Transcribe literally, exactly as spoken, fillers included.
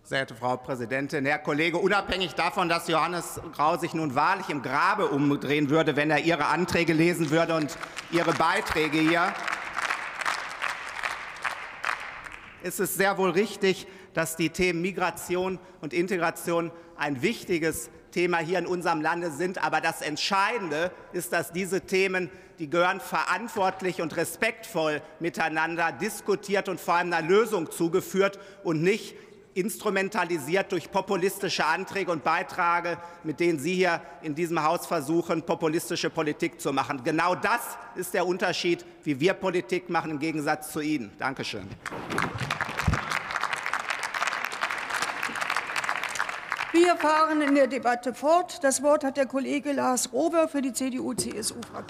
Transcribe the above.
Sehr geehrte Frau Präsidentin, Herr Kollege, unabhängig davon, dass Johannes Grau sich nun wahrlich im Grabe umdrehen würde, wenn er Ihre Anträge lesen würde und Ihre Beiträge hier, ist es sehr wohl richtig, dass die Themen Migration und Integration ein wichtiges Thema hier in unserem Lande sind. Aber das Entscheidende ist, dass diese Themen, die gehören verantwortlich und respektvoll miteinander diskutiert und vor allem einer Lösung zugeführt und nicht instrumentalisiert durch populistische Anträge und Beiträge, mit denen Sie hier in diesem Haus versuchen, populistische Politik zu machen. Genau das ist der Unterschied, wie wir Politik machen, im Gegensatz zu Ihnen. Danke schön. Wir fahren in der Debatte fort. Das Wort hat der Kollege Lars Rohwer für die C D U C S U-Fraktion.